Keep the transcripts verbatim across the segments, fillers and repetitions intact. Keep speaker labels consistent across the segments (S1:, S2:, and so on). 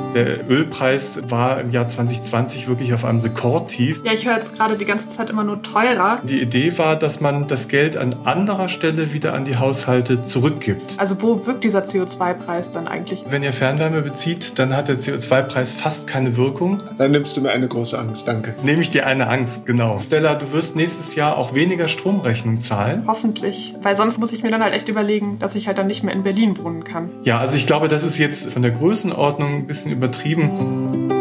S1: Der Ölpreis war im Jahr zwanzig zwanzig wirklich auf einem Rekordtief.
S2: Ja, ich höre jetzt gerade die ganze Zeit immer nur teurer.
S1: Die Idee war, dass man das Geld an anderer Stelle wieder an die Haushalte zurückgibt.
S2: Also wo wirkt dieser C O zwei Preis dann eigentlich?
S1: Wenn ihr Fernwärme bezieht, dann hat der C O zwei Preis fast keine Wirkung.
S3: Dann nimmst du mir eine große Angst, danke.
S1: Nehme ich dir eine Angst, genau. Stella, du wirst nächstes Jahr auch weniger Stromrechnung zahlen.
S2: Hoffentlich, weil sonst muss ich mir dann halt echt überlegen, dass ich halt dann nicht mehr in Berlin wohnen kann.
S1: Ja, also ich glaube, das ist jetzt von der Größenordnung ein bisschen übertrieben.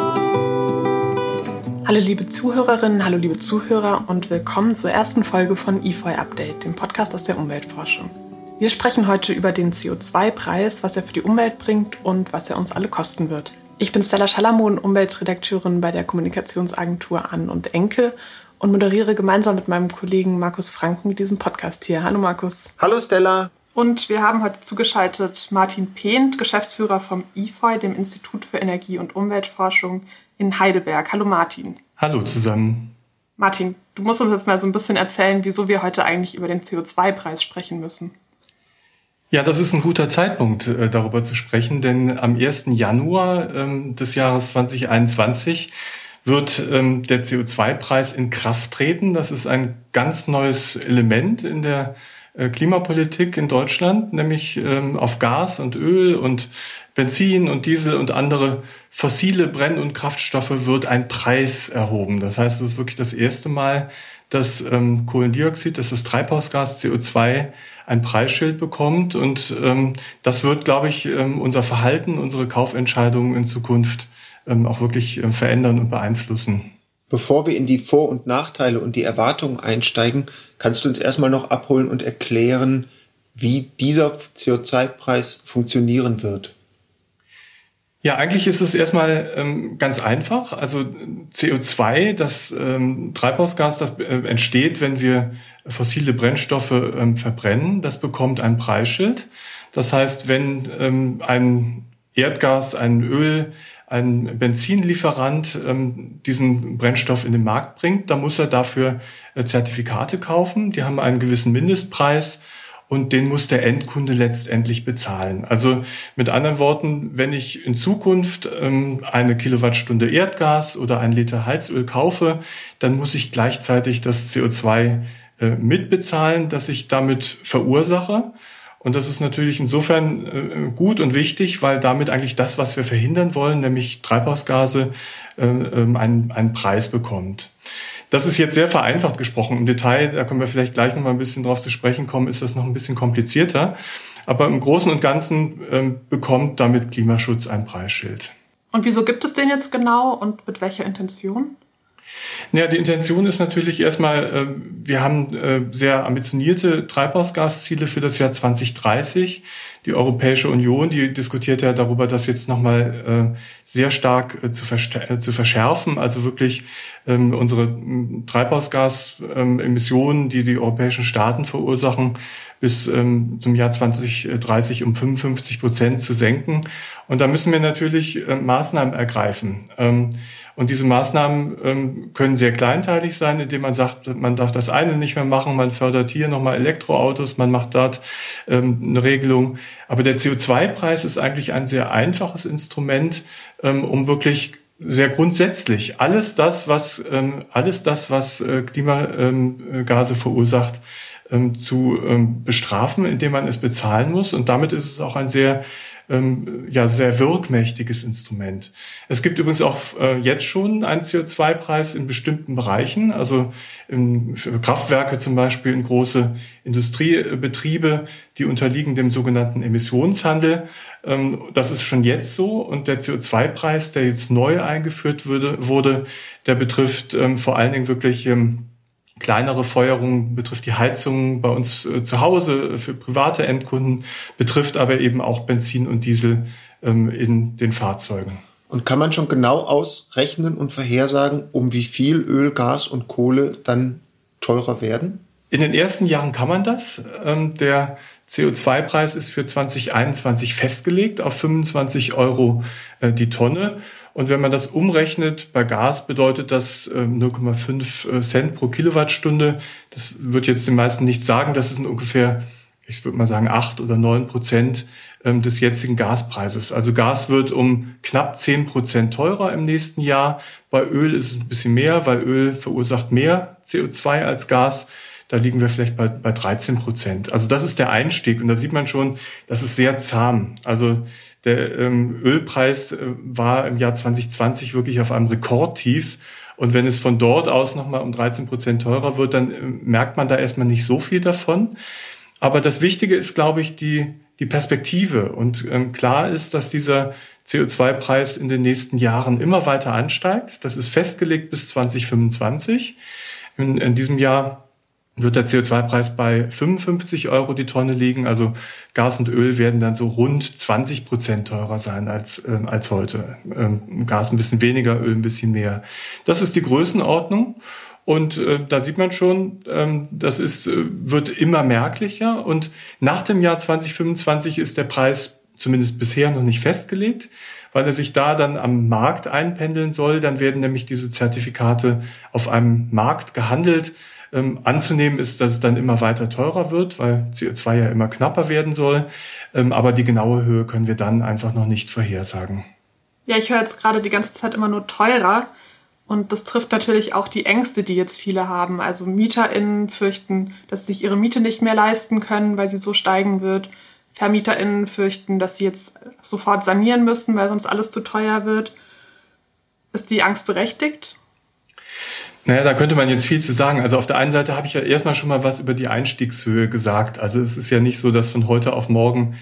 S2: Hallo liebe Zuhörerinnen, hallo liebe Zuhörer und willkommen zur ersten Folge von E F O I Update, dem Podcast aus der Umweltforschung. Wir sprechen heute über den C O zwei Preis, was er für die Umwelt bringt und was er uns alle kosten wird. Ich bin Stella Schalamon, Umweltredakteurin bei der Kommunikationsagentur Ahn und Enke und moderiere gemeinsam mit meinem Kollegen Markus Franken diesen Podcast hier. Hallo Markus.
S3: Hallo Stella.
S2: Und wir haben heute zugeschaltet Martin Pehnt, Geschäftsführer vom I F O I, dem Institut für Energie- und Umweltforschung in Heidelberg. Hallo Martin.
S1: Hallo zusammen.
S2: Martin, du musst uns jetzt mal so ein bisschen erzählen, wieso wir heute eigentlich über den C O zwei Preis sprechen müssen.
S1: Ja, das ist ein guter Zeitpunkt, äh, darüber zu sprechen, denn am ersten Januar ähm, des Jahres zwanzig einundzwanzig wird ähm, der C O zwei Preis in Kraft treten. Das ist ein ganz neues Element in der Klimapolitik in Deutschland, nämlich ähm, auf Gas und Öl und Benzin und Diesel und andere fossile Brenn- und Kraftstoffe wird ein Preis erhoben. Das heißt, es ist wirklich das erste Mal, dass ähm, Kohlendioxid, dass das Treibhausgas C O zwei ein Preisschild bekommt und ähm, das wird, glaube ich, ähm, unser Verhalten, unsere Kaufentscheidungen in Zukunft ähm, auch wirklich äh, verändern und beeinflussen.
S3: Bevor wir in die Vor- und Nachteile und die Erwartungen einsteigen, kannst du uns erstmal noch abholen und erklären, wie dieser C O zwei Preis funktionieren wird?
S1: Ja, eigentlich ist es erstmal ähm, ganz einfach. Also C O zwei, das ähm, Treibhausgas, das äh, entsteht, wenn wir fossile Brennstoffe ähm, verbrennen, das bekommt ein Preisschild. Das heißt, wenn ähm, ein Erdgas, ein Öl, ein Benzinlieferant ähm, diesen Brennstoff in den Markt bringt, dann muss er dafür äh, Zertifikate kaufen. Die haben einen gewissen Mindestpreis und den muss der Endkunde letztendlich bezahlen. Also mit anderen Worten, wenn ich in Zukunft ähm, eine Kilowattstunde Erdgas oder ein Liter Heizöl kaufe, dann muss ich gleichzeitig das C O zwei äh, mitbezahlen, das ich damit verursache. Und das ist natürlich insofern äh, gut und wichtig, weil damit eigentlich das, was wir verhindern wollen, nämlich Treibhausgase, äh, äh, einen, einen Preis bekommt. Das ist jetzt sehr vereinfacht gesprochen. Im Detail, da können wir vielleicht gleich noch mal ein bisschen drauf zu sprechen kommen, ist das noch ein bisschen komplizierter. Aber im Großen und Ganzen äh, bekommt damit Klimaschutz ein Preisschild.
S2: Und wieso gibt es den jetzt genau und mit welcher Intention?
S1: Ja, die Intention ist natürlich erstmal, wir haben sehr ambitionierte Treibhausgasziele für das Jahr zwanzig dreißig. Die Europäische Union, die diskutiert ja darüber, das jetzt nochmal sehr stark zu verschärfen, also wirklich unsere Treibhausgasemissionen, die die europäischen Staaten verursachen, bis zum Jahr zwanzig dreißig um fünfundfünfzig Prozent zu senken. Und da müssen wir natürlich Maßnahmen ergreifen. Und diese Maßnahmen ähm, können sehr kleinteilig sein, indem man sagt, man darf das eine nicht mehr machen, man fördert hier nochmal Elektroautos, man macht dort ähm, eine Regelung. Aber der C O zwei Preis ist eigentlich ein sehr einfaches Instrument, ähm, um wirklich sehr grundsätzlich alles das, was ähm, alles das, was äh, Klimagase verursacht, ähm, zu ähm, bestrafen, indem man es bezahlen muss. Und damit ist es auch ein sehr ja, sehr wirkmächtiges Instrument. Es gibt übrigens auch äh, jetzt schon einen C O zwei Preis in bestimmten Bereichen, also in, für Kraftwerke zum Beispiel, in große Industriebetriebe, die unterliegen dem sogenannten Emissionshandel. Ähm, das ist schon jetzt so und der C O zwei Preis, der jetzt neu eingeführt würde, wurde, der betrifft ähm, vor allen Dingen wirklich ähm, kleinere Feuerungen, betrifft die Heizung bei uns äh, zu Hause für private Endkunden, betrifft aber eben auch Benzin und Diesel ähm, in den Fahrzeugen.
S3: Und kann man schon genau ausrechnen und vorhersagen, um wie viel Öl, Gas und Kohle dann teurer werden?
S1: In den ersten Jahren kann man das. Ähm, der C O zwei Preis ist für zwanzig einundzwanzig festgelegt auf fünfundzwanzig Euro äh, die Tonne. Und wenn man das umrechnet, bei Gas bedeutet das äh, null Komma fünf Cent pro Kilowattstunde. Das wird jetzt den meisten nicht sagen, das sind ungefähr ich würde mal sagen, acht oder neun Prozent des jetzigen Gaspreises. Also Gas wird um knapp zehn Prozent teurer im nächsten Jahr. Bei Öl ist es ein bisschen mehr, weil Öl verursacht mehr C O zwei als Gas. Da liegen wir vielleicht bei, bei dreizehn Prozent. Also das ist der Einstieg. Und da sieht man schon, das ist sehr zahm. Also der ähm, Ölpreis äh, war im Jahr zwanzig zwanzig wirklich auf einem Rekordtief. Und wenn es von dort aus nochmal um dreizehn Prozent teurer wird, dann äh, merkt man da erstmal nicht so viel davon. Aber das Wichtige ist, glaube ich, die, die Perspektive. Und ähm, klar ist, dass dieser C O zwei Preis in den nächsten Jahren immer weiter ansteigt. Das ist festgelegt bis zwanzig fünfundzwanzig. In, in diesem Jahr wird der C O zwei Preis bei fünfundfünfzig Euro die Tonne liegen. Also Gas und Öl werden dann so rund zwanzig Prozent teurer sein als, ähm, als heute. Ähm, Gas ein bisschen weniger, Öl ein bisschen mehr. Das ist die Größenordnung. Und äh, da sieht man schon, ähm, das ist, äh, wird immer merklicher. Und nach dem Jahr zwanzig fünfundzwanzig ist der Preis zumindest bisher noch nicht festgelegt, weil er sich da dann am Markt einpendeln soll. Dann werden nämlich diese Zertifikate auf einem Markt gehandelt. Ähm, anzunehmen ist, dass es dann immer weiter teurer wird, weil C O zwei ja immer knapper werden soll. Ähm, aber die genaue Höhe können wir dann einfach noch nicht vorhersagen.
S2: Ja, ich höre jetzt gerade die ganze Zeit immer nur teurer. Und das trifft natürlich auch die Ängste, die jetzt viele haben. Also MieterInnen fürchten, dass sie sich ihre Miete nicht mehr leisten können, weil sie so steigen wird. VermieterInnen fürchten, dass sie jetzt sofort sanieren müssen, weil sonst alles zu teuer wird. Ist die Angst berechtigt?
S1: Naja, da könnte man jetzt viel zu sagen. Also auf der einen Seite habe ich ja erstmal schon mal was über die Einstiegshöhe gesagt. Also es ist ja nicht so, dass von heute auf morgen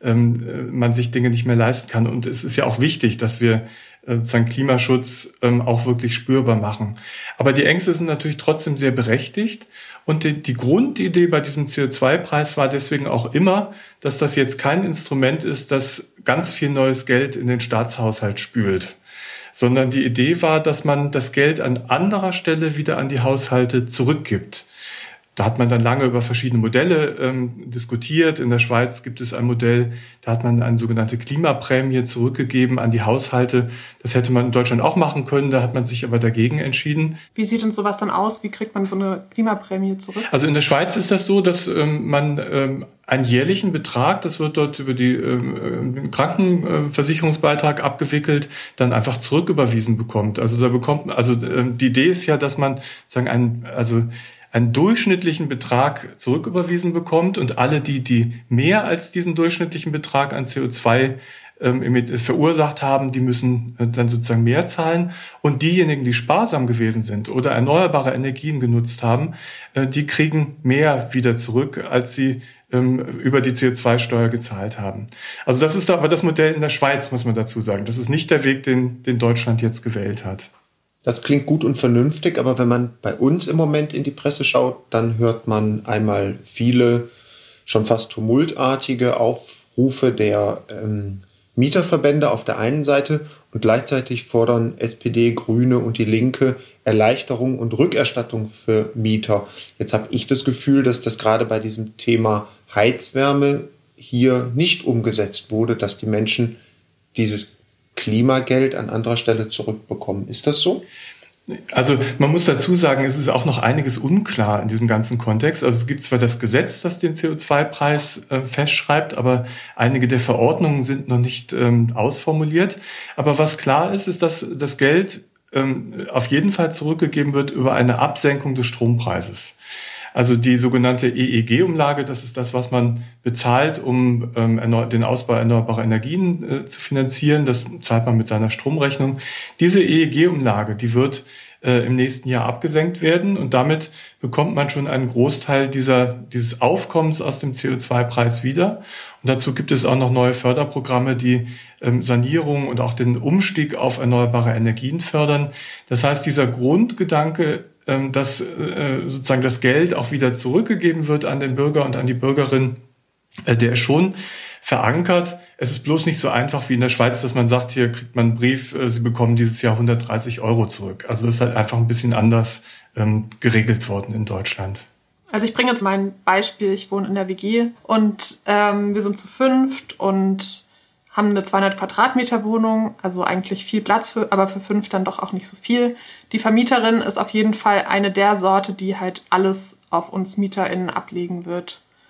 S1: ähm, man sich Dinge nicht mehr leisten kann. Und es ist ja auch wichtig, dass wir äh, sozusagen Klimaschutz ähm, auch wirklich spürbar machen. Aber die Ängste sind natürlich trotzdem sehr berechtigt. Und die, die Grundidee bei diesem C O zwei Preis war deswegen auch immer, dass das jetzt kein Instrument ist, das ganz viel neues Geld in den Staatshaushalt spült, sondern die Idee war, dass man das Geld an anderer Stelle wieder an die Haushalte zurückgibt. Da hat man dann lange über verschiedene Modelle ähm, diskutiert. In der Schweiz gibt es ein Modell, da hat man eine sogenannte Klimaprämie zurückgegeben an die Haushalte. Das hätte man in Deutschland auch machen können, da hat man sich aber dagegen entschieden.
S2: Wie sieht denn sowas dann aus? Wie kriegt man so eine Klimaprämie zurück?
S1: Also in der Schweiz ist das so, dass ähm, man ähm, einen jährlichen Betrag, das wird dort über die ähm, Krankenversicherungsbeitrag abgewickelt, dann einfach zurücküberwiesen bekommt. Also da bekommt, also ähm, die Idee ist ja, dass man sozusagen ein, also einen durchschnittlichen Betrag zurücküberwiesen bekommt und alle die, die mehr als diesen durchschnittlichen Betrag an C O zwei ähm, verursacht haben, die müssen dann sozusagen mehr zahlen. Und diejenigen, die sparsam gewesen sind oder erneuerbare Energien genutzt haben, äh, die kriegen mehr wieder zurück, als sie ähm, über die C O zwei Steuer gezahlt haben. Also das ist aber das Modell in der Schweiz, muss man dazu sagen. Das ist nicht der Weg, den, den Deutschland jetzt gewählt hat.
S3: Das klingt gut und vernünftig, aber wenn man bei uns im Moment in die Presse schaut, dann hört man einmal viele schon fast tumultartige Aufrufe der ähm, Mieterverbände auf der einen Seite und gleichzeitig fordern S P D, Grüne und die Linke Erleichterung und Rückerstattung für Mieter. Jetzt habe ich das Gefühl, dass das gerade bei diesem Thema Heizwärme hier nicht umgesetzt wurde, dass die Menschen dieses Klimageld an anderer Stelle zurückbekommen. Ist das so?
S1: Also man muss dazu sagen, es ist auch noch einiges unklar in diesem ganzen Kontext. Also es gibt zwar das Gesetz, das den C O zwei Preis äh, festschreibt, aber einige der Verordnungen sind noch nicht ähm, ausformuliert. Aber was klar ist, ist, dass das Geld ähm, auf jeden Fall zurückgegeben wird über eine Absenkung des Strompreises. Also die sogenannte E E G-Umlage, das ist das, was man bezahlt, um ähm, den Ausbau erneuerbarer Energien äh, zu finanzieren. Das zahlt man mit seiner Stromrechnung. Diese E E G-Umlage, die wird äh, im nächsten Jahr abgesenkt werden und damit bekommt man schon einen Großteil dieser dieses Aufkommens aus dem C O zwei Preis wieder. Und dazu gibt es auch noch neue Förderprogramme, die ähm, Sanierung und auch den Umstieg auf erneuerbare Energien fördern. Das heißt, dieser Grundgedanke, dass äh, sozusagen das Geld auch wieder zurückgegeben wird an den Bürger und an die Bürgerin, äh, der ist schon verankert. Es ist bloß nicht so einfach wie in der Schweiz, dass man sagt, hier kriegt man einen Brief, äh, Sie bekommen dieses Jahr hundertdreißig Euro zurück. Also das ist halt einfach ein bisschen anders ähm, geregelt worden in Deutschland.
S2: Also ich bringe jetzt mal ein Beispiel. Ich wohne in der W G und ähm, wir sind zu fünft und haben eine zweihundert Quadratmeter Wohnung, also eigentlich viel Platz, für, aber für fünf dann doch auch nicht so viel. Die Vermieterin ist auf jeden Fall eine der Sorte, die halt alles auf uns MieterInnen ablegen wird.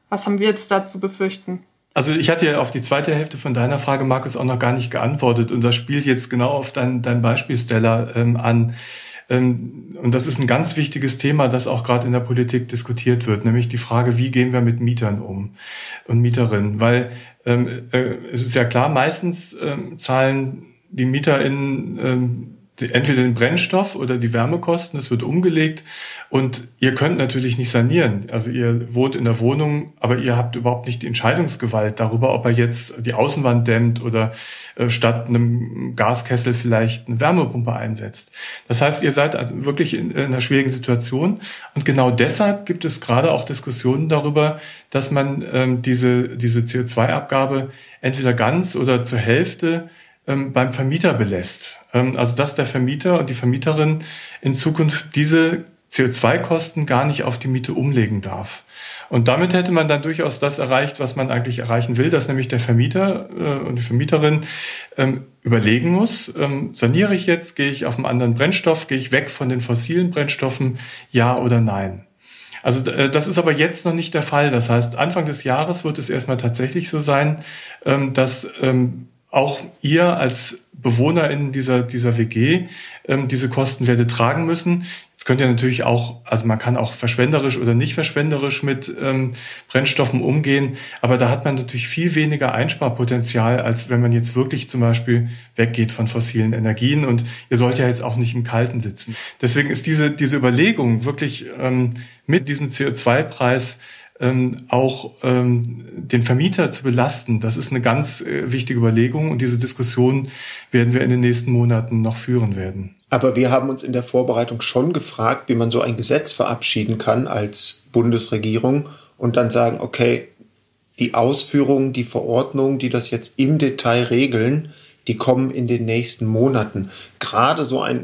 S2: Was haben wir jetzt da zu befürchten?
S1: Also ich hatte ja auf die zweite Hälfte von deiner Frage, Markus, auch noch gar nicht geantwortet. Und das spielt jetzt genau auf dein, dein Beispiel, Stella, ähm, an. Ähm, und das ist ein ganz wichtiges Thema, das auch gerade in der Politik diskutiert wird, nämlich die Frage, wie gehen wir mit Mietern um und Mieterinnen? Weil ähm, äh, es ist ja klar, meistens ähm, zahlen die MieterInnen ähm, entweder den Brennstoff oder die Wärmekosten, es wird umgelegt und ihr könnt natürlich nicht sanieren. Also ihr wohnt in der Wohnung, aber ihr habt überhaupt nicht die Entscheidungsgewalt darüber, ob er jetzt die Außenwand dämmt oder äh, statt einem Gaskessel vielleicht eine Wärmepumpe einsetzt. Das heißt, ihr seid wirklich in, in einer schwierigen Situation und genau deshalb gibt es gerade auch Diskussionen darüber, dass man ähm, diese, diese C O zwei Abgabe entweder ganz oder zur Hälfte beim Vermieter belässt. Also dass der Vermieter und die Vermieterin in Zukunft diese C O zwei Kosten gar nicht auf die Miete umlegen darf. Und damit hätte man dann durchaus das erreicht, was man eigentlich erreichen will, dass nämlich der Vermieter und die Vermieterin überlegen muss, saniere ich jetzt, gehe ich auf einen anderen Brennstoff, gehe ich weg von den fossilen Brennstoffen, ja oder nein. Also das ist aber jetzt noch nicht der Fall. Das heißt, Anfang des Jahres wird es erstmal tatsächlich so sein, dass auch ihr als BewohnerInnen dieser, dieser W G ähm, diese Kosten werdet tragen müssen. Jetzt könnt ihr natürlich auch, also man kann auch verschwenderisch oder nicht verschwenderisch mit ähm, Brennstoffen umgehen, aber da hat man natürlich viel weniger Einsparpotenzial, als wenn man jetzt wirklich zum Beispiel weggeht von fossilen Energien und ihr sollt ja jetzt auch nicht im Kalten sitzen. Deswegen ist diese, diese Überlegung wirklich ähm, mit diesem C O zwei Preis Ähm, auch ähm, den Vermieter zu belasten, das ist eine ganz äh, wichtige Überlegung und diese Diskussion werden wir in den nächsten Monaten noch führen werden.
S3: Aber wir haben uns in der Vorbereitung schon gefragt, wie man so ein Gesetz verabschieden kann als Bundesregierung und dann sagen, okay, die Ausführungen, die Verordnungen, die das jetzt im Detail regeln, die kommen in den nächsten Monaten. Gerade so ein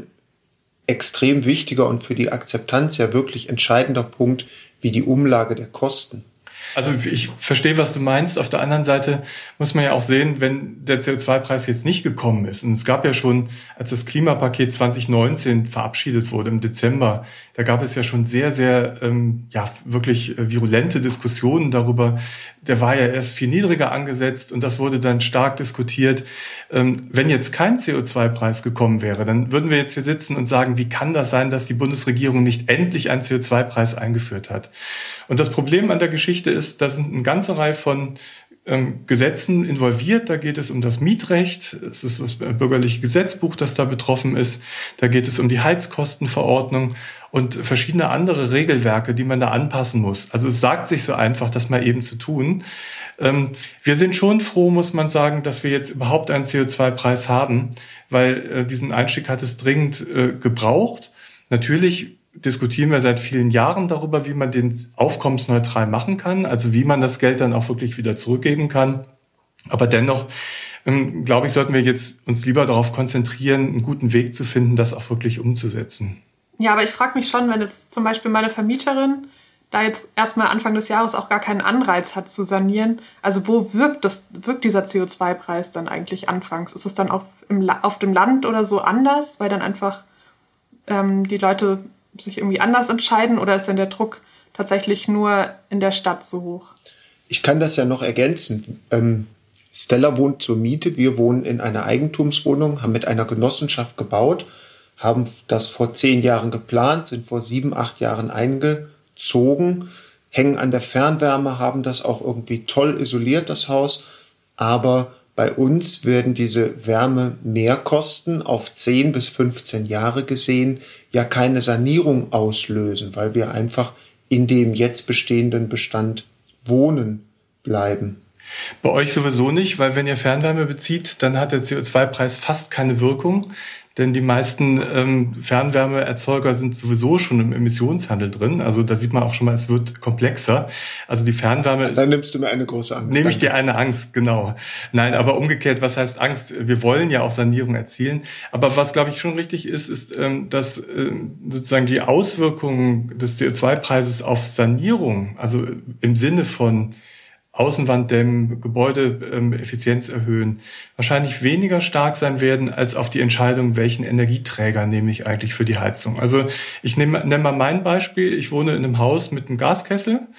S3: extrem wichtiger und für die Akzeptanz ja wirklich entscheidender Punkt wie die Umlage der Kosten.
S1: Also ich verstehe, was du meinst. Auf der anderen Seite muss man ja auch sehen, wenn der C O zwei Preis jetzt nicht gekommen ist. Und es gab ja schon, als das Klimapaket zwanzig neunzehn verabschiedet wurde im Dezember, da gab es ja schon sehr, sehr, ähm, ja, wirklich virulente Diskussionen darüber. Der war ja erst viel niedriger angesetzt und das wurde dann stark diskutiert. Ähm, wenn jetzt kein C O zwei Preis gekommen wäre, dann würden wir jetzt hier sitzen und sagen, wie kann das sein, dass die Bundesregierung nicht endlich einen C O zwei Preis eingeführt hat? Und das Problem an der Geschichte ist, da sind eine ganze Reihe von ähm, Gesetzen involviert. Da geht es um das Mietrecht, es ist das bürgerliche Gesetzbuch, das da betroffen ist. Da geht es um die Heizkostenverordnung und verschiedene andere Regelwerke, die man da anpassen muss. Also es sagt sich so einfach, das mal eben zu tun. Ähm, wir sind schon froh, muss man sagen, dass wir jetzt überhaupt einen C O zwei Preis haben, weil äh, diesen Einstieg hat es dringend äh, gebraucht. Natürlich diskutieren wir seit vielen Jahren darüber, wie man den aufkommensneutral machen kann, also wie man das Geld dann auch wirklich wieder zurückgeben kann. Aber dennoch, ähm, glaube ich, sollten wir jetzt uns lieber darauf konzentrieren, einen guten Weg zu finden, das auch wirklich umzusetzen.
S2: Ja, aber ich frage mich schon, wenn jetzt zum Beispiel meine Vermieterin da jetzt erstmal Anfang des Jahres auch gar keinen Anreiz hat zu sanieren, also wo wirkt das, wirkt dieser C O zwei Preis dann eigentlich anfangs? Ist es dann auf, im, auf dem Land oder so anders, weil dann einfach ähm, die Leute sich irgendwie anders entscheiden oder ist denn der Druck tatsächlich nur in der Stadt so hoch?
S3: Ich kann das ja noch ergänzen. Ähm, Stella wohnt zur Miete, wir wohnen in einer Eigentumswohnung, haben mit einer Genossenschaft gebaut, haben das vor zehn Jahren geplant, sind vor sieben, acht Jahren eingezogen, hängen an der Fernwärme, haben das auch irgendwie toll isoliert, das Haus, aber bei uns werden diese Wärmemehrkosten auf zehn bis fünfzehn Jahre gesehen ja keine Sanierung auslösen, weil wir einfach in dem jetzt bestehenden Bestand wohnen bleiben.
S1: Bei euch sowieso nicht, weil wenn ihr Fernwärme bezieht, dann hat der C O zwei Preis fast keine Wirkung. Denn die meisten ähm, Fernwärmeerzeuger sind sowieso schon im Emissionshandel drin. Also da sieht man auch schon mal, es wird komplexer. Also die Fernwärme ist...
S3: Dann nimmst du mir eine große Angst.
S1: Nehme ich dir eine Angst, genau. Nein, aber umgekehrt, was heißt Angst? Wir wollen ja auch Sanierung erzielen. Aber was, glaube ich, schon richtig ist, ist, ähm, dass ähm, sozusagen die Auswirkungen des C O zwei Preises auf Sanierung, also im Sinne von Außenwand dämmen, Gebäudeeffizienz erhöhen, wahrscheinlich weniger stark sein werden als auf die Entscheidung, welchen Energieträger nehme ich eigentlich für die Heizung. Also ich nehme, nehme mal mein Beispiel. Ich wohne in einem Haus mit einem Gaskessel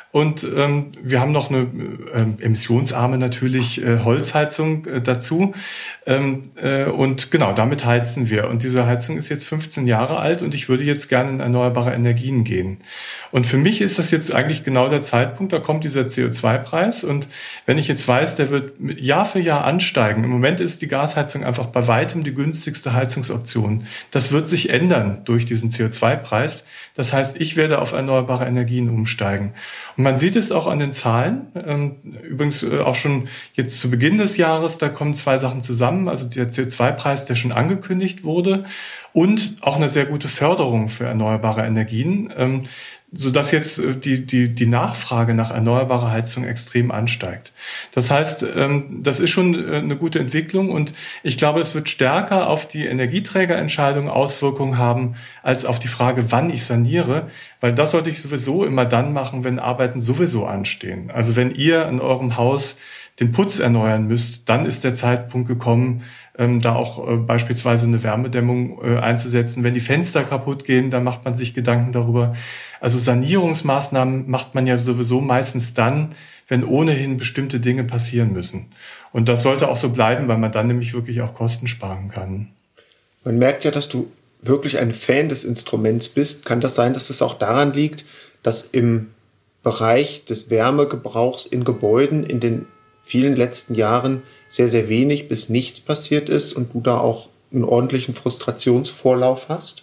S1: Und ähm, wir haben noch eine äh, emissionsarme natürlich äh, Holzheizung äh, dazu. Ähm, äh, und genau, damit heizen wir. Und diese Heizung ist jetzt fünfzehn Jahre alt und ich würde jetzt gerne in erneuerbare Energien gehen. Und für mich ist das jetzt eigentlich genau der Zeitpunkt, da kommt dieser C O zwei Preis. Und wenn ich jetzt weiß, der wird Jahr für Jahr ansteigen. Im Moment ist die Gasheizung einfach bei weitem die günstigste Heizungsoption. Das wird sich ändern durch diesen C O zwei Preis. Das heißt, ich werde auf erneuerbare Energien umsteigen. Und man sieht es auch an den Zahlen. Übrigens auch schon jetzt zu Beginn des Jahres, da kommen zwei Sachen zusammen. Also der C O zwei Preis, der schon angekündigt wurde und auch eine sehr gute Förderung für erneuerbare Energien, sodass jetzt die, die, die Nachfrage nach erneuerbarer Heizung extrem ansteigt. Das heißt, das ist schon eine gute Entwicklung und ich glaube, es wird stärker auf die Energieträgerentscheidung Auswirkungen haben, als auf die Frage, wann ich saniere, weil das sollte ich sowieso immer dann machen, wenn Arbeiten sowieso anstehen. Also wenn ihr in eurem Haus den Putz erneuern müsst, dann ist der Zeitpunkt gekommen, ähm, da auch äh, beispielsweise eine Wärmedämmung äh, einzusetzen. Wenn die Fenster kaputt gehen, dann macht man sich Gedanken darüber. Also Sanierungsmaßnahmen macht man ja sowieso meistens dann, wenn ohnehin bestimmte Dinge passieren müssen. Und das sollte auch so bleiben, weil man dann nämlich wirklich auch Kosten sparen kann.
S3: Man merkt ja, dass du wirklich ein Fan des Instruments bist. Kann das sein, dass es auch daran liegt, dass im Bereich des Wärmegebrauchs in Gebäuden in den vielen letzten Jahren sehr, sehr wenig bis nichts passiert ist und du da auch einen ordentlichen Frustrationsvorlauf hast?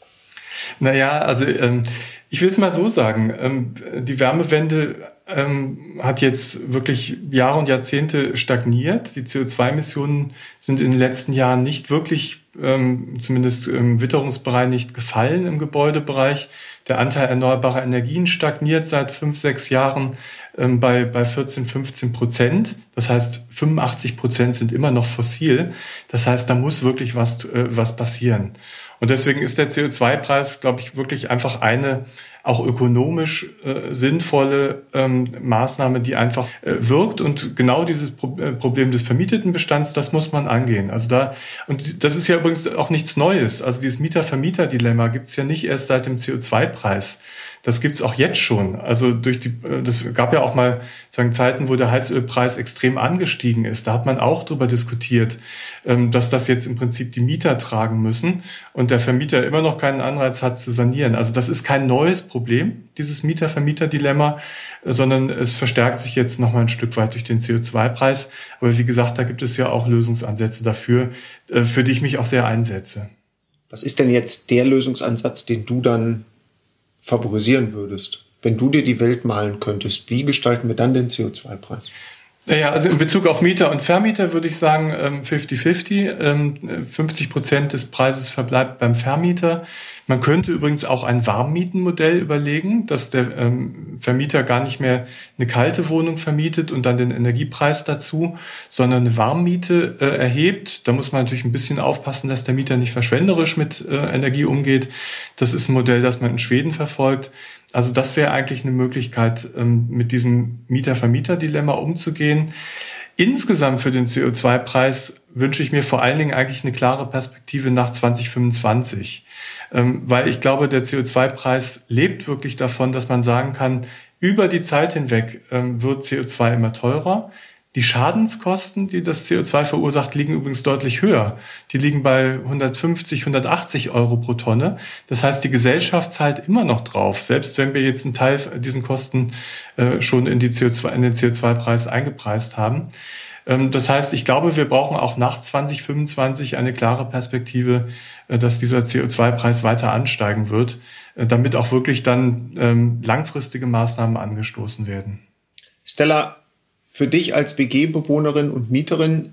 S1: Naja, also ähm, ich will es mal so sagen, ähm, die Wärmewende ähm, hat jetzt wirklich Jahre und Jahrzehnte stagniert. Die C O zwei Emissionen sind in den letzten Jahren nicht wirklich, ähm, zumindest im Witterungsbereich, nicht gefallen im Gebäudebereich. Der Anteil erneuerbarer Energien stagniert seit fünf, sechs Jahren ähm, bei, bei vierzehn, fünfzehn Prozent. Das heißt, fünfundachtzig Prozent sind immer noch fossil. Das heißt, da muss wirklich was, äh, was passieren. Und deswegen ist der C O zwei Preis, glaube ich, wirklich einfach eine auch ökonomisch äh, sinnvolle ähm, Maßnahme, die einfach äh, wirkt. Und genau dieses Pro- äh, Problem des vermieteten Bestands, das muss man angehen. Also da, und das ist ja übrigens auch nichts Neues. Also dieses Mieter-Vermieter-Dilemma gibt es ja nicht erst seit dem C O zwei Preis. Das gibt's auch jetzt schon. Also durch die, das gab ja auch mal sagen Zeiten, wo der Heizölpreis extrem angestiegen ist. Da hat man auch darüber diskutiert, dass das jetzt im Prinzip die Mieter tragen müssen und der Vermieter immer noch keinen Anreiz hat zu sanieren. Also das ist kein neues Problem, dieses Mieter-Vermieter-Dilemma, sondern es verstärkt sich jetzt noch mal ein Stück weit durch den C O zwei Preis. Aber wie gesagt, da gibt es ja auch Lösungsansätze dafür, für die ich mich auch sehr einsetze.
S3: Was ist denn jetzt der Lösungsansatz, den du dann favorisieren würdest? Wenn du dir die Welt malen könntest, wie gestalten wir dann den C O zwei Preis?
S1: Ja, also in Bezug auf Mieter und Vermieter würde ich sagen fünfzig fünfzig. fünfzig Prozent des Preises verbleibt beim Vermieter. Man könnte übrigens auch ein Warmmietenmodell überlegen, dass der ähm, Vermieter gar nicht mehr eine kalte Wohnung vermietet und dann den Energiepreis dazu, sondern eine Warmmiete äh, erhebt. Da muss man natürlich ein bisschen aufpassen, dass der Mieter nicht verschwenderisch mit äh, Energie umgeht. Das ist ein Modell, das man in Schweden verfolgt. Also das wäre eigentlich eine Möglichkeit, ähm, mit diesem Mieter-Vermieter-Dilemma umzugehen. Insgesamt für den C O zwei Preis wünsche ich mir vor allen Dingen eigentlich eine klare Perspektive nach zwanzig fünfundzwanzig. Ähm, weil ich glaube, der C O zwei Preis lebt wirklich davon, dass man sagen kann, über die Zeit hinweg ähm, wird C O zwei immer teurer. Die Schadenskosten, die das C O zwei verursacht, liegen übrigens deutlich höher. Die liegen bei hundertfünfzig, hundertachtzig Euro pro Tonne. Das heißt, die Gesellschaft zahlt immer noch drauf, selbst wenn wir jetzt einen Teil diesen Kosten äh, schon in, die C O zwei, in den C O zwei Preis eingepreist haben. Ähm, das heißt, ich glaube, wir brauchen auch nach zwanzig fünfundzwanzig eine klare Perspektive, äh, dass dieser C O zwei Preis weiter ansteigen wird, äh, damit auch wirklich dann ähm, langfristige Maßnahmen angestoßen werden.
S3: Stella, für dich als W G-Bewohnerin und Mieterin,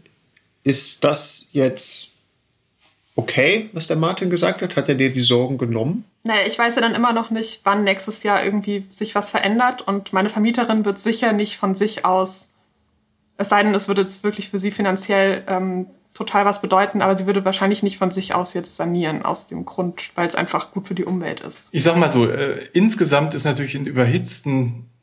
S3: ist das jetzt okay, was der Martin gesagt hat? Hat er dir die Sorgen genommen?
S2: Naja, ich weiß ja dann immer noch nicht, wann nächstes Jahr irgendwie sich was verändert. Und meine Vermieterin wird sicher nicht von sich aus, es sei denn, es würde jetzt wirklich für sie finanziell ähm, total was bedeuten, aber sie würde wahrscheinlich nicht von sich aus jetzt sanieren, aus dem Grund, weil es einfach gut für die Umwelt ist.
S1: Ich sag mal so, äh, insgesamt ist natürlich in überhitzten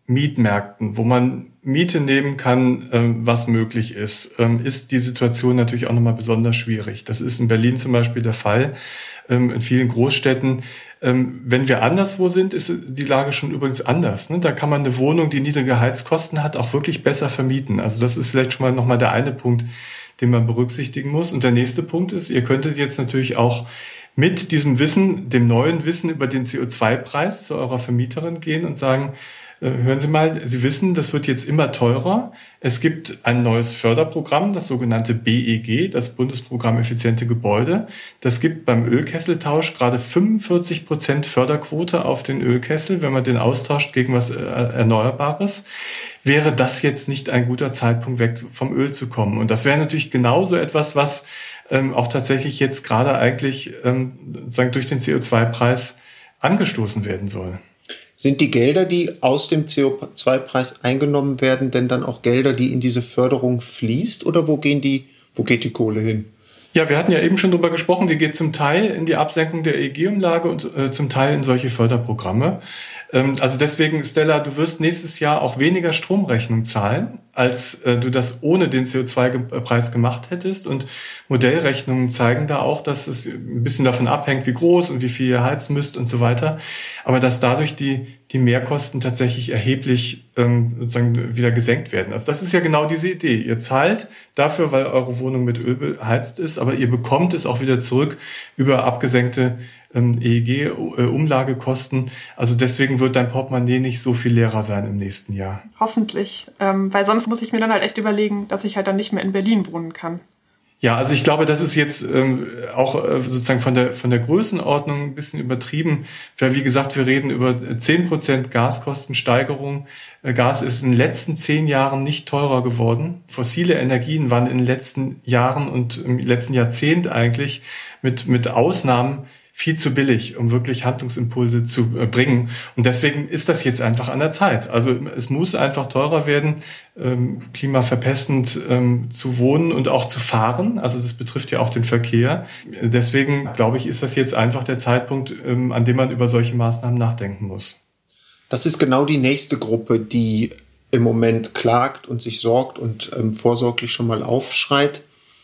S1: Mietmärkten, wo man Miete nehmen kann, ähm, was möglich ist, ähm, ist die Situation natürlich auch nochmal besonders schwierig. Das ist in Berlin zum Beispiel der Fall, ähm, in vielen Großstädten. Ähm, wenn wir anderswo sind, ist die Lage schon übrigens anders. Ne? Da kann man eine Wohnung, die niedrige Heizkosten hat, auch wirklich besser vermieten. Also das ist vielleicht schon mal nochmal der eine Punkt, den man berücksichtigen muss. Und der nächste Punkt ist, ihr könntet jetzt natürlich auch mit diesem Wissen, dem neuen Wissen über den C O zwei Preis zu eurer Vermieterin gehen und sagen, hören Sie mal, Sie wissen, das wird jetzt immer teurer. Es gibt ein neues Förderprogramm, das sogenannte B E G, das Bundesprogramm Effiziente Gebäude. Das gibt beim Ölkesseltausch gerade fünfundvierzig Prozent Förderquote auf den Ölkessel, wenn man den austauscht gegen was Erneuerbares. Wäre das jetzt nicht ein guter Zeitpunkt, weg vom Öl zu kommen? Und das wäre natürlich genauso etwas, was ähm, auch tatsächlich jetzt gerade eigentlich ähm, sozusagen durch den C O zwei Preis angestoßen werden soll.
S3: Sind die Gelder, die aus dem C O zwei Preis eingenommen werden, denn dann auch Gelder, die in diese Förderung fließt? Oder wo gehen die, wo geht die Kohle hin?
S1: Ja, wir hatten ja eben schon drüber gesprochen, die geht zum Teil in die Absenkung der E E G-Umlage und äh, zum Teil in solche Förderprogramme. Ähm, also deswegen, Stella, du wirst nächstes Jahr auch weniger Stromrechnung zahlen, als äh, du das ohne den C O zwei Preis gemacht hättest. Und Modellrechnungen zeigen da auch, dass es ein bisschen davon abhängt, wie groß und wie viel ihr heizen müsst und so weiter. Aber dass dadurch die die Mehrkosten tatsächlich erheblich ähm, sozusagen wieder gesenkt werden. Also das ist ja genau diese Idee. Ihr zahlt dafür, weil eure Wohnung mit Öl beheizt ist, aber ihr bekommt es auch wieder zurück über abgesenkte ähm, E E G-Umlagekosten. Also deswegen wird dein Portemonnaie nicht so viel leerer sein im nächsten Jahr.
S2: Hoffentlich, ähm, weil sonst muss ich mir dann halt echt überlegen, dass ich halt dann nicht mehr in Berlin wohnen kann.
S1: Ja, also ich glaube, das ist jetzt ähm, auch äh, sozusagen von der von der Größenordnung ein bisschen übertrieben. Weil, wie gesagt, wir reden über zehn Prozent Gaskostensteigerung. Äh, Gas ist in den letzten zehn Jahren nicht teurer geworden. Fossile Energien waren in den letzten Jahren und im letzten Jahrzehnt eigentlich mit mit Ausnahmen viel zu billig, um wirklich Handlungsimpulse zu äh, bringen. Und deswegen ist das jetzt einfach an der Zeit. Also es muss einfach teurer werden, ähm, klimaverpestend ähm, zu wohnen und auch zu fahren. Also das betrifft ja auch den Verkehr. Deswegen, glaube ich, ist das jetzt einfach der Zeitpunkt, ähm, an dem man über solche Maßnahmen nachdenken muss.
S3: Das ist genau die nächste Gruppe, die im Moment klagt und sich sorgt und ähm, vorsorglich schon mal aufschreit.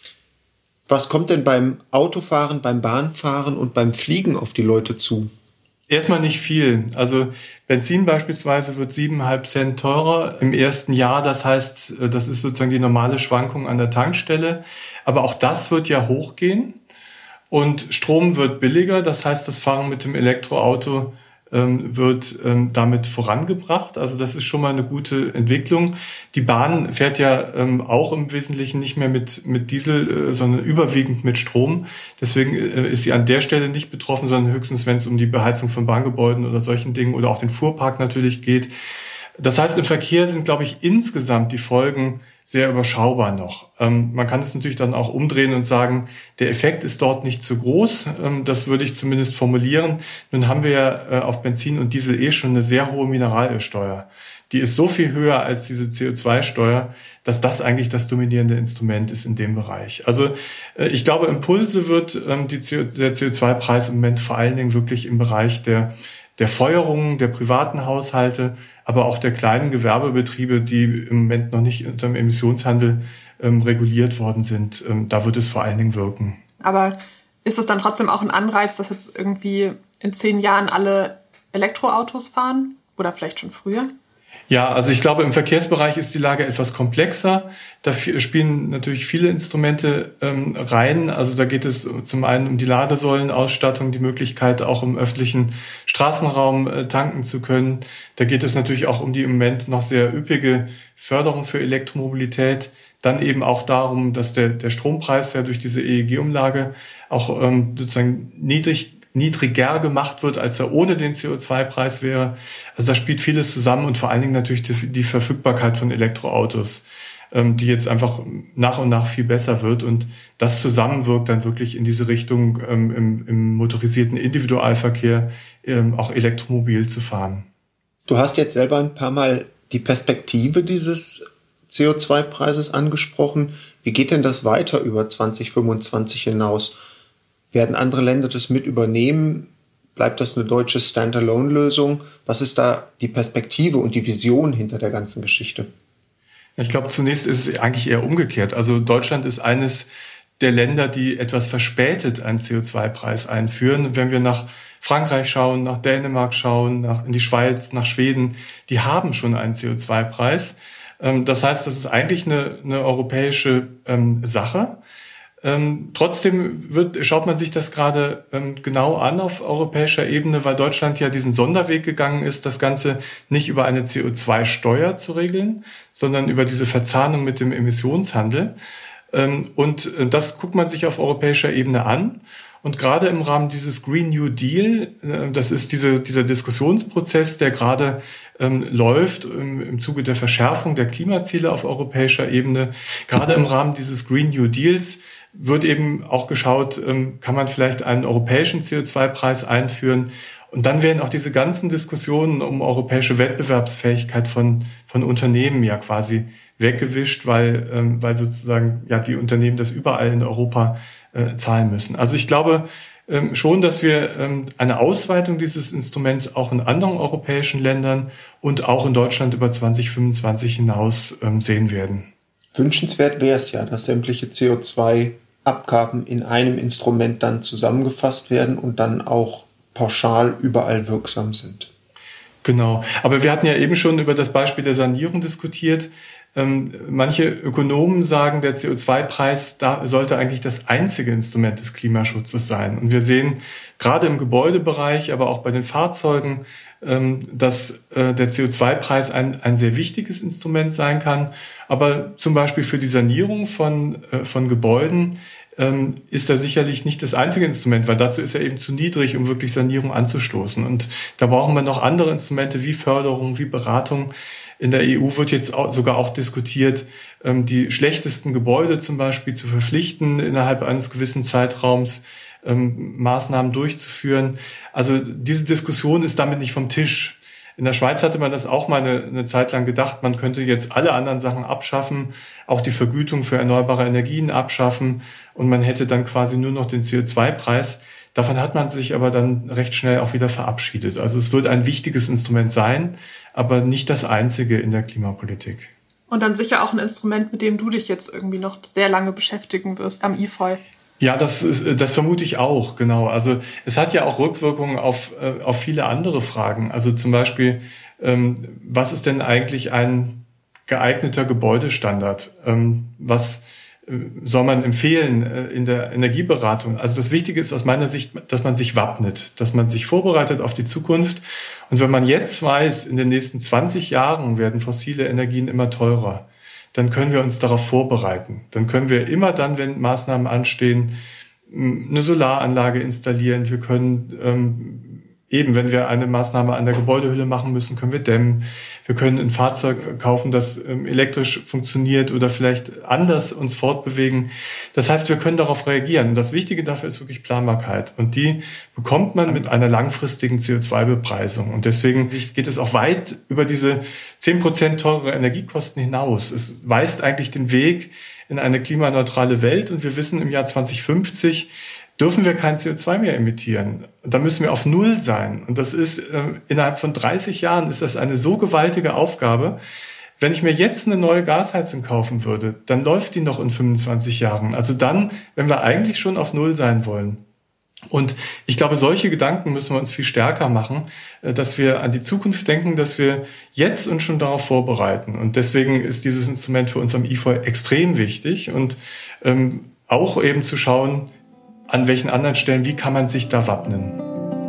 S3: Was kommt denn beim Autofahren, beim Bahnfahren und beim Fliegen auf die Leute zu?
S1: Erstmal nicht viel. Also Benzin beispielsweise wird siebeneinhalb Cent teurer im ersten Jahr. Das heißt, das ist sozusagen die normale Schwankung an der Tankstelle. Aber auch das wird ja hochgehen. Und Strom wird billiger. Das heißt, das Fahren mit dem Elektroauto ähm, wird ähm, damit vorangebracht. Also das ist schon mal eine gute Entwicklung. Die Bahn fährt ja ähm, auch im Wesentlichen nicht mehr mit mit Diesel, äh, sondern überwiegend mit Strom. Deswegen äh, ist sie an der Stelle nicht betroffen, sondern höchstens, wenn es um die Beheizung von Bahngebäuden oder solchen Dingen oder auch den Fuhrpark natürlich geht. Das heißt, im Verkehr sind, glaube ich, insgesamt die Folgen sehr überschaubar noch. Ähm, man kann es natürlich dann auch umdrehen und sagen, der Effekt ist dort nicht so groß. Ähm, das würde ich zumindest formulieren. Nun haben wir ja äh, auf Benzin und Diesel eh schon eine sehr hohe Mineralölsteuer. Die ist so viel höher als diese C O zwei Steuer, dass das eigentlich das dominierende Instrument ist in dem Bereich. Also äh, ich glaube, Impulse wird ähm, die C O, der C O zwei Preis im Moment vor allen Dingen wirklich im Bereich der der Feuerungen der privaten Haushalte, aber auch der kleinen Gewerbebetriebe, die im Moment noch nicht unter dem Emissionshandel ähm, reguliert worden sind. Ähm, da wird es vor allen Dingen wirken.
S2: Aber ist es dann trotzdem auch ein Anreiz, dass jetzt irgendwie in zehn Jahren alle Elektroautos fahren? Oder vielleicht schon früher?
S1: Ja, also ich glaube, im Verkehrsbereich ist die Lage etwas komplexer. Da spielen natürlich viele Instrumente ähm, rein. Also da geht es zum einen um die Ladesäulenausstattung, die Möglichkeit, auch im öffentlichen Straßenraum äh, tanken zu können. Da geht es natürlich auch um die im Moment noch sehr üppige Förderung für Elektromobilität. Dann eben auch darum, dass der, der Strompreis ja durch diese E E G-Umlage auch ähm, sozusagen niedrig niedriger gemacht wird, als er ohne den C O zwei Preis wäre. Also da spielt vieles zusammen und vor allen Dingen natürlich die, die Verfügbarkeit von Elektroautos, ähm, die jetzt einfach nach und nach viel besser wird. Und das zusammenwirkt dann wirklich in diese Richtung, ähm, im, im motorisierten Individualverkehr ähm, auch elektromobil zu fahren.
S3: Du hast jetzt selber ein paar Mal die Perspektive dieses C O zwei Preises angesprochen. Wie geht denn das weiter über zwanzig fünfundzwanzig hinaus? Werden andere Länder das mit übernehmen? Bleibt das eine deutsche Standalone-Lösung? Was ist da die Perspektive und die Vision hinter der ganzen Geschichte?
S1: Ich glaube, zunächst ist es eigentlich eher umgekehrt. Also Deutschland ist eines der Länder, die etwas verspätet einen C O zwei Preis einführen. Wenn wir nach Frankreich schauen, nach Dänemark schauen, nach, in die Schweiz, nach Schweden, die haben schon einen C O zwei Preis. Das heißt, das ist eigentlich eine, eine europäische ähm, Sache. Ähm, trotzdem wird, schaut man sich das gerade ähm, genau an auf europäischer Ebene, weil Deutschland ja diesen Sonderweg gegangen ist, das Ganze nicht über eine C O zwei Steuer zu regeln, sondern über diese Verzahnung mit dem Emissionshandel. Ähm, und äh, das guckt man sich auf europäischer Ebene an. Und gerade im Rahmen dieses Green New Deal, äh, das ist diese, dieser Diskussionsprozess, der gerade ähm, läuft im, im Zuge der Verschärfung der Klimaziele auf europäischer Ebene. Gerade im Rahmen dieses Green New Deals wird eben auch geschaut, ähm, kann man vielleicht einen europäischen C O zwei Preis einführen. Und dann werden auch diese ganzen Diskussionen um europäische Wettbewerbsfähigkeit von, von Unternehmen ja quasi weggewischt, weil, ähm, weil sozusagen ja die Unternehmen das überall in Europa äh, zahlen müssen. Also ich glaube ähm, schon, dass wir ähm, eine Ausweitung dieses Instruments auch in anderen europäischen Ländern und auch in Deutschland über zwanzig fünfundzwanzig hinaus ähm, sehen werden.
S3: Wünschenswert wäre es ja, dass sämtliche C O zwei Abgaben in einem Instrument dann zusammengefasst werden und dann auch pauschal überall wirksam sind.
S1: Genau. Aber wir hatten ja eben schon über das Beispiel der Sanierung diskutiert. Ähm, manche Ökonomen sagen, der C O zwei Preis da sollte eigentlich das einzige Instrument des Klimaschutzes sein. Und wir sehen gerade im Gebäudebereich, aber auch bei den Fahrzeugen, ähm, dass äh, der C O zwei Preis ein, ein sehr wichtiges Instrument sein kann. Aber zum Beispiel für die Sanierung von, äh, von Gebäuden ähm, ist er sicherlich nicht das einzige Instrument, weil dazu ist er eben zu niedrig, um wirklich Sanierung anzustoßen. Und da brauchen wir noch andere Instrumente wie Förderung, wie Beratung. In der E U wird jetzt auch, sogar auch diskutiert, ähm, die schlechtesten Gebäude zum Beispiel zu verpflichten, innerhalb eines gewissen Zeitraums ähm, Maßnahmen durchzuführen. Also diese Diskussion ist damit nicht vom Tisch. In der Schweiz hatte man das auch mal eine, eine Zeit lang gedacht, man könnte jetzt alle anderen Sachen abschaffen, auch die Vergütung für erneuerbare Energien abschaffen und man hätte dann quasi nur noch den C O zwei Preis. Davon hat man sich aber dann recht schnell auch wieder verabschiedet. Also es wird ein wichtiges Instrument sein, aber nicht das einzige in der Klimapolitik.
S2: Und dann sicher auch ein Instrument, mit dem du dich jetzt irgendwie noch sehr lange beschäftigen wirst am I F O I.
S1: Ja, das ist, das vermute ich auch, genau. Also es hat ja auch Rückwirkungen auf, auf viele andere Fragen. Also zum Beispiel, ähm, was ist denn eigentlich ein geeigneter Gebäudestandard? Ähm, was soll man empfehlen äh, in der Energieberatung? Also das Wichtige ist aus meiner Sicht, dass man sich wappnet, dass man sich vorbereitet auf die Zukunft. Und wenn man jetzt weiß, in den nächsten zwanzig Jahren werden fossile Energien immer teurer, dann können wir uns darauf vorbereiten. Dann können wir immer dann, wenn Maßnahmen anstehen, eine Solaranlage installieren. Wir können ähm, eben, wenn wir eine Maßnahme an der Gebäudehülle machen müssen, können wir dämmen. Wir können ein Fahrzeug kaufen, das ähm, elektrisch funktioniert oder vielleicht anders uns fortbewegen. Das heißt, wir können darauf reagieren. Und das Wichtige dafür ist wirklich Planbarkeit. Und die bekommt man mit einer langfristigen C O zwei Bepreisung. Und deswegen geht es auch weit über diese zehn Prozent teurere Energiekosten hinaus. Es weist eigentlich den Weg in eine klimaneutrale Welt. Und wir wissen, im Jahr zwanzig fünfzig dürfen wir kein C O zwei mehr emittieren. Da müssen wir auf Null sein. Und das ist, äh, innerhalb von dreißig Jahren ist das eine so gewaltige Aufgabe. Wenn ich mir jetzt eine neue Gasheizung kaufen würde, dann läuft die noch in fünfundzwanzig Jahren. Also dann, wenn wir eigentlich schon auf Null sein wollen. Und ich glaube, solche Gedanken müssen wir uns viel stärker machen, dass wir an die Zukunft denken, dass wir jetzt uns schon darauf vorbereiten. Und deswegen ist dieses Instrument für uns am I F O I extrem wichtig und ähm, auch eben zu schauen, an welchen anderen Stellen, wie kann man sich da wappnen.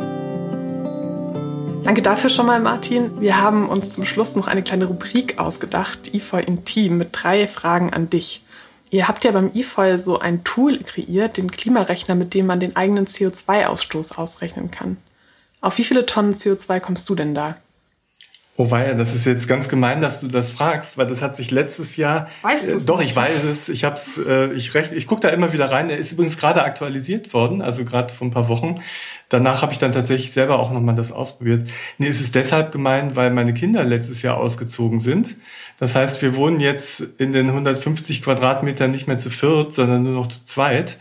S2: Danke dafür schon mal, Martin. Wir haben uns zum Schluss noch eine kleine Rubrik ausgedacht, I F O I Intim, mit drei Fragen an dich. Ihr habt ja beim I F O I so ein Tool kreiert, den Klimarechner, mit dem man den eigenen C O zwei Ausstoß ausrechnen kann. Auf wie viele Tonnen C O zwei kommst du denn da?
S1: Oh weia, das ist jetzt ganz gemein, dass du das fragst, weil das hat sich letztes Jahr...
S2: Weißt du es?
S1: Äh, doch, ich weiß es. Ich hab's, äh, ich recht, ich gucke da immer wieder rein. Er ist übrigens gerade aktualisiert worden, also gerade vor ein paar Wochen. Danach habe ich dann tatsächlich selber auch nochmal das ausprobiert. Nee, es ist deshalb gemein, weil meine Kinder letztes Jahr ausgezogen sind. Das heißt, wir wohnen jetzt in den hundertfünfzig Quadratmetern nicht mehr zu viert, sondern nur noch zu zweit.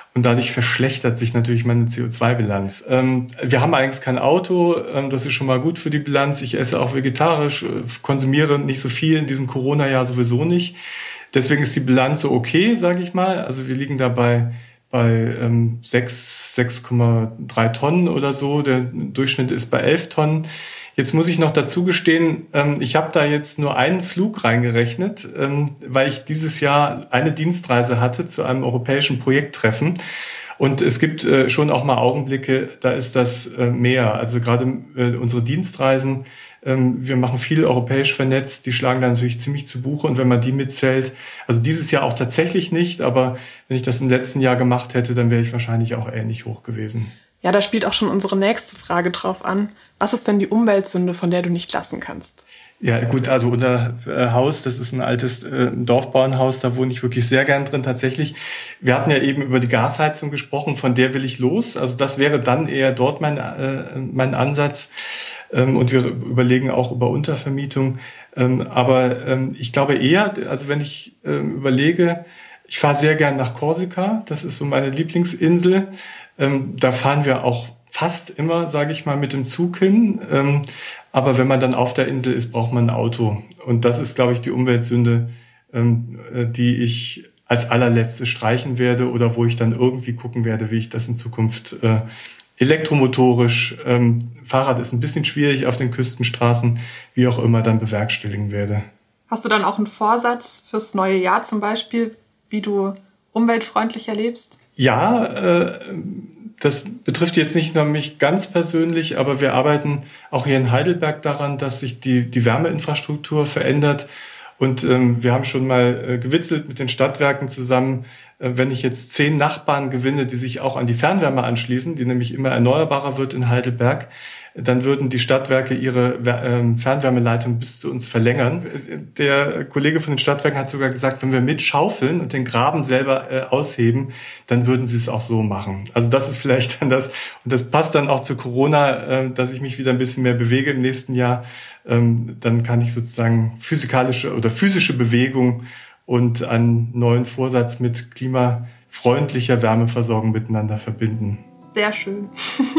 S1: Und dadurch verschlechtert sich natürlich meine C O zwei Bilanz. Ähm, wir haben eigentlich kein Auto, ähm, das ist schon mal gut für die Bilanz. Ich esse auch vegetarisch, äh, konsumiere nicht so viel in diesem Corona-Jahr sowieso nicht. Deswegen ist die Bilanz so okay, sage ich mal. Also wir liegen dabei bei ähm, sechs, sechs Komma drei Tonnen oder so. Der Durchschnitt ist bei elf Tonnen. Jetzt muss ich noch dazu gestehen, ähm, ich habe da jetzt nur einen Flug reingerechnet, ähm, weil ich dieses Jahr eine Dienstreise hatte zu einem europäischen Projekttreffen. Und es gibt äh, schon auch mal Augenblicke, da ist das äh, mehr. Also gerade äh, unsere Dienstreisen, ähm, wir machen viel europäisch vernetzt, die schlagen da natürlich ziemlich zu Buche. Und wenn man die mitzählt, also dieses Jahr auch tatsächlich nicht, aber wenn ich das im letzten Jahr gemacht hätte, dann wäre ich wahrscheinlich auch ähnlich hoch gewesen.
S2: Ja, da spielt auch schon unsere nächste Frage drauf an. Was ist denn die Umweltsünde, von der du nicht lassen kannst?
S1: Ja, gut, also unser äh, Haus, das ist ein altes äh, Dorfbauernhaus, da wohne ich wirklich sehr gern drin tatsächlich. Wir hatten ja eben über die Gasheizung gesprochen, von der will ich los. Also das wäre dann eher dort mein, äh, mein Ansatz. Ähm, und wir überlegen auch über Untervermietung. Ähm, aber ähm, ich glaube eher, also wenn ich ähm, überlege, ich fahre sehr gern nach Korsika, das ist so meine Lieblingsinsel. Ähm, da fahren wir auch fast immer, sage ich mal, mit dem Zug hin. Ähm, aber wenn man dann auf der Insel ist, braucht man ein Auto. Und das ist, glaube ich, die Umweltsünde, ähm, die ich als allerletzte streichen werde oder wo ich dann irgendwie gucken werde, wie ich das in Zukunft äh, elektromotorisch, ähm, Fahrrad ist ein bisschen schwierig auf den Küstenstraßen, wie auch immer, dann bewerkstelligen werde.
S2: Hast du dann auch einen Vorsatz fürs neue Jahr zum Beispiel, wie du umweltfreundlicher lebst?
S1: Ja, äh, das betrifft jetzt nicht nur mich ganz persönlich, aber wir arbeiten auch hier in Heidelberg daran, dass sich die, die Wärmeinfrastruktur verändert. Und ähm, wir haben schon mal äh, gewitzelt mit den Stadtwerken zusammen, äh, wenn ich jetzt zehn Nachbarn gewinne, die sich auch an die Fernwärme anschließen, die nämlich immer erneuerbarer wird in Heidelberg, dann würden die Stadtwerke ihre äh, Fernwärmeleitung bis zu uns verlängern. Der Kollege von den Stadtwerken hat sogar gesagt, wenn wir mitschaufeln und den Graben selber äh, ausheben, dann würden sie es auch so machen. Also das ist vielleicht dann das, und das passt dann auch zu Corona, äh, dass ich mich wieder ein bisschen mehr bewege im nächsten Jahr. Ähm, dann kann ich sozusagen physikalische oder physische Bewegung und einen neuen Vorsatz mit klimafreundlicher Wärmeversorgung miteinander verbinden.
S2: Sehr schön.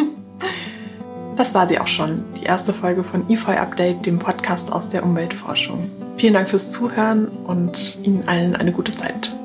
S2: Das war sie auch schon, die erste Folge von I F O I Update, dem Podcast aus der Umweltforschung. Vielen Dank fürs Zuhören und Ihnen allen eine gute Zeit.